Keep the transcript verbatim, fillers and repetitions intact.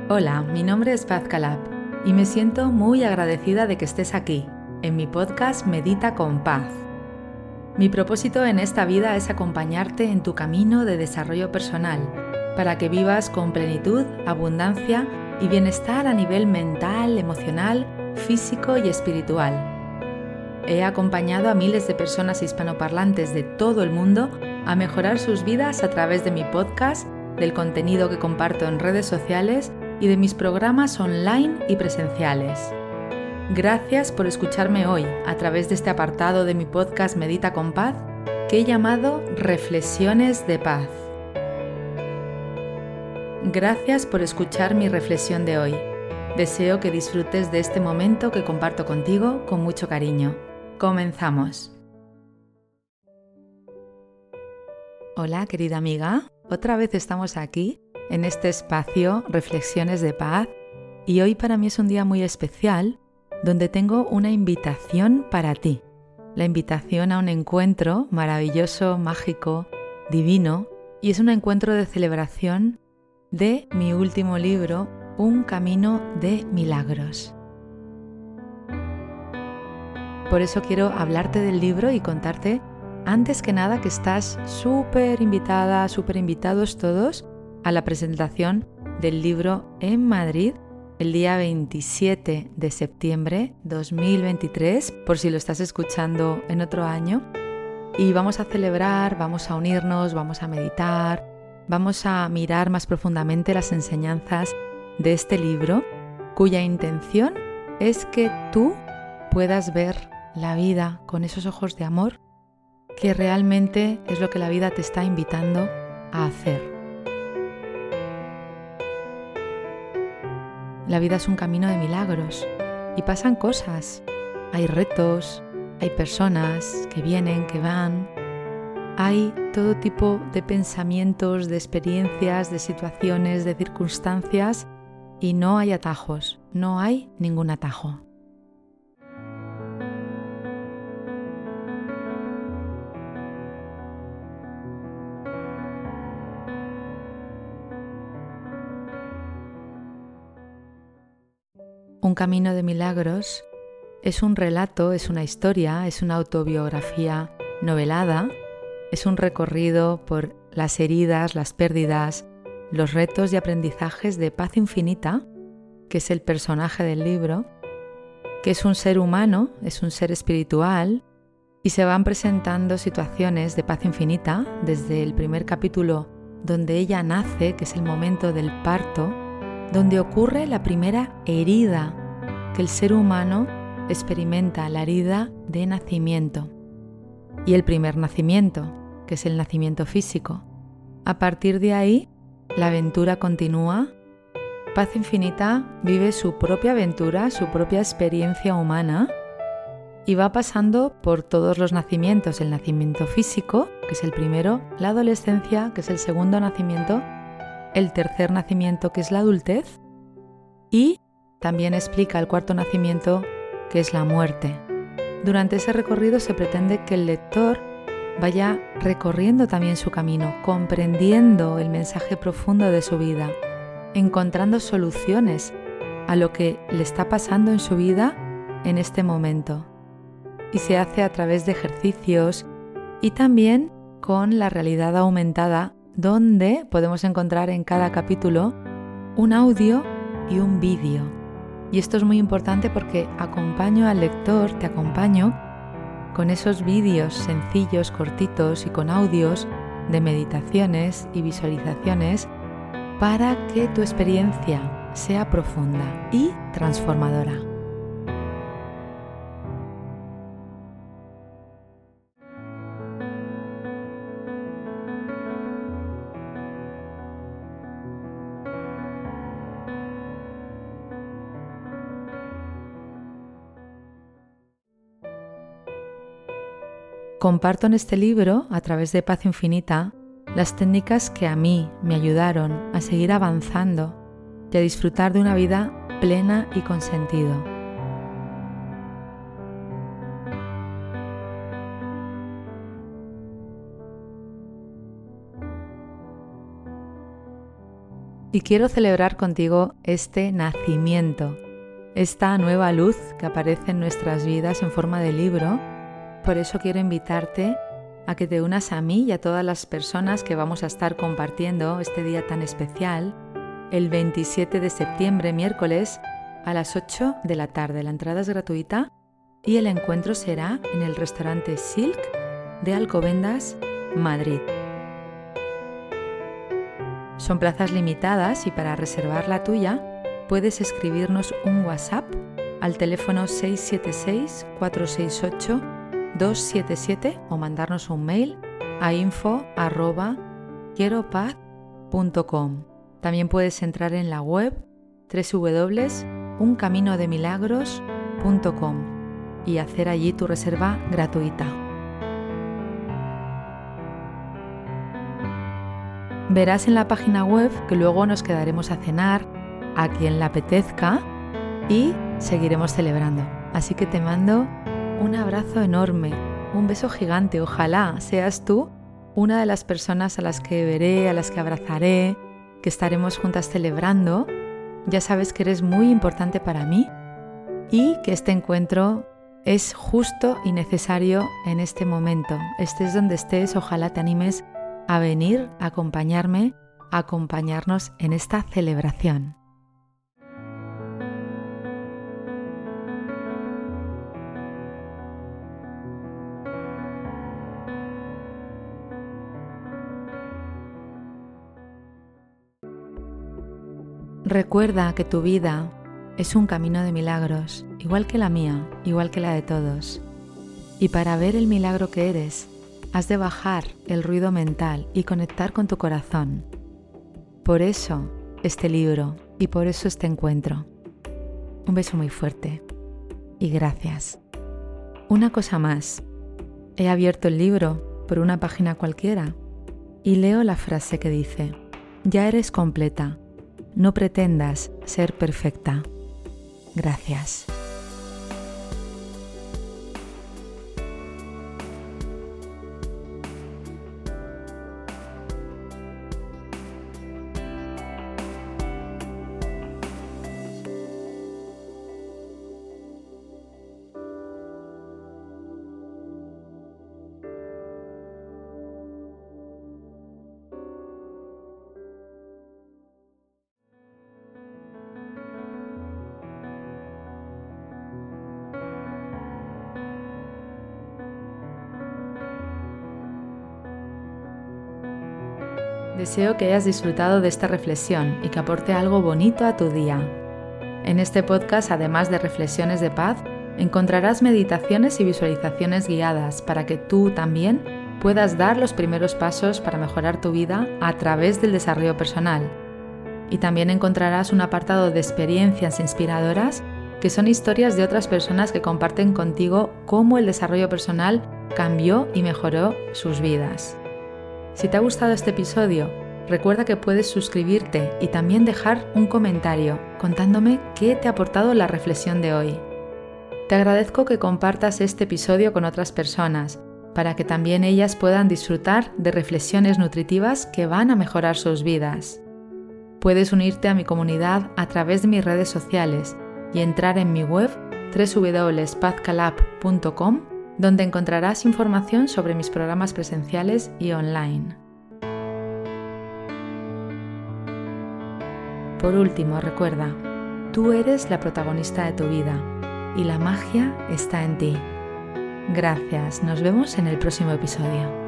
Hola, mi nombre es Paz Calab y me siento muy agradecida de que estés aquí, en mi podcast Medita con Paz. Mi propósito en esta vida es acompañarte en tu camino de desarrollo personal, para que vivas con plenitud, abundancia y bienestar a nivel mental, emocional, físico y espiritual. He acompañado a miles de personas hispanoparlantes de todo el mundo a mejorar sus vidas a través de mi podcast, del contenido que comparto en redes sociales y de mis programas online y presenciales. Gracias por escucharme hoy a través de este apartado de mi podcast Medita con Paz que he llamado Reflexiones de Paz. Gracias por escuchar mi reflexión de hoy. Deseo que disfrutes de este momento que comparto contigo con mucho cariño. Comenzamos. Hola, querida amiga. Otra vez estamos aquí, en este espacio Reflexiones de Paz, y hoy para mí es un día muy especial donde tengo una invitación para ti. La invitación a un encuentro maravilloso, mágico, divino, y es un encuentro de celebración de mi último libro, Un camino de milagros. Por eso quiero hablarte del libro y contarte antes que nada que estás súper invitada, súper invitados todos a la presentación del libro en Madrid el día veintisiete de septiembre de dos mil veintitrés, por si lo estás escuchando en otro año. Y vamos a celebrar, vamos a unirnos, vamos a meditar, vamos a mirar más profundamente las enseñanzas de este libro, cuya intención es que tú puedas ver la vida con esos ojos de amor, que realmente es lo que la vida te está invitando a hacer. La vida es un camino de milagros y pasan cosas. Hay retos, hay personas que vienen, que van. Hay todo tipo de pensamientos, de experiencias, de situaciones, de circunstancias y no hay atajos, no hay ningún atajo. Un camino de milagros es un relato, es una historia, es una autobiografía novelada, es un recorrido por las heridas, las pérdidas, los retos y aprendizajes de Paz Infinita, que es el personaje del libro, que es un ser humano, es un ser espiritual, y se van presentando situaciones de Paz Infinita desde el primer capítulo donde ella nace, que es el momento del parto, donde ocurre la primera herida que el ser humano experimenta, la herida de nacimiento, y el primer nacimiento, que es el nacimiento físico. A partir de ahí, la aventura continúa. Paz Infinita vive su propia aventura, su propia experiencia humana, y va pasando por todos los nacimientos, el nacimiento físico, que es el primero, la adolescencia, que es el segundo nacimiento, el tercer nacimiento, que es la adultez, y también explica el cuarto nacimiento, que es la muerte. Durante ese recorrido se pretende que el lector vaya recorriendo también su camino, comprendiendo el mensaje profundo de su vida, encontrando soluciones a lo que le está pasando en su vida en este momento. Y se hace a través de ejercicios y también con la realidad aumentada, donde podemos encontrar en cada capítulo un audio y un vídeo. Y esto es muy importante porque acompaño al lector, te acompaño con esos vídeos sencillos, cortitos y con audios de meditaciones y visualizaciones para que tu experiencia sea profunda y transformadora. Comparto en este libro, a través de Paz Infinita, las técnicas que a mí me ayudaron a seguir avanzando y a disfrutar de una vida plena y con sentido. y quiero celebrar contigo este nacimiento, esta nueva luz que aparece en nuestras vidas en forma de libro. Por eso quiero invitarte a que te unas a mí y a todas las personas que vamos a estar compartiendo este día tan especial, el veintisiete de septiembre, miércoles, a las ocho de la tarde. La entrada es gratuita y el encuentro será en el restaurante Silk de Alcobendas, Madrid. Son plazas limitadas y para reservar la tuya puedes escribirnos un WhatsApp al teléfono seis siete seis, cuatro seis ocho, dos siete siete o mandarnos un mail a info arroba quieropaz punto com. También puedes entrar en la web doble u doble u doble u punto un camino de milagros punto com y hacer allí tu reserva gratuita. Verás en la página web que luego nos quedaremos a cenar a quien le apetezca y seguiremos celebrando. Así que te mando un abrazo enorme, un beso gigante. Ojalá seas tú una de las personas a las que veré, a las que abrazaré, que estaremos juntas celebrando. Ya sabes que eres muy importante para mí y que este encuentro es justo y necesario en este momento. Estés donde estés, ojalá te animes a venir, a acompañarme, a acompañarnos en esta celebración. Recuerda que tu vida es un camino de milagros, igual que la mía, igual que la de todos. Y para ver el milagro que eres, has de bajar el ruido mental y conectar con tu corazón. Por eso este libro y por eso este encuentro. Un beso muy fuerte y gracias. Una cosa más, he abierto el libro por una página cualquiera y leo la frase que dice: ya eres completa. No pretendas ser perfecta. Gracias. Deseo que hayas disfrutado de esta reflexión y que aporte algo bonito a tu día. En este podcast, además de reflexiones de paz, encontrarás meditaciones y visualizaciones guiadas para que tú también puedas dar los primeros pasos para mejorar tu vida a través del desarrollo personal. Y también encontrarás un apartado de experiencias inspiradoras que son historias de otras personas que comparten contigo cómo el desarrollo personal cambió y mejoró sus vidas. Si te ha gustado este episodio, recuerda que puedes suscribirte y también dejar un comentario contándome qué te ha aportado la reflexión de hoy. Te agradezco que compartas este episodio con otras personas para que también ellas puedan disfrutar de reflexiones nutritivas que van a mejorar sus vidas. Puedes unirte a mi comunidad a través de mis redes sociales y entrar en mi web doble u doble u doble u punto paz calab punto com, donde encontrarás información sobre mis programas presenciales y online. Por último, recuerda, tú eres la protagonista de tu vida y la magia está en ti. Gracias, nos vemos en el próximo episodio.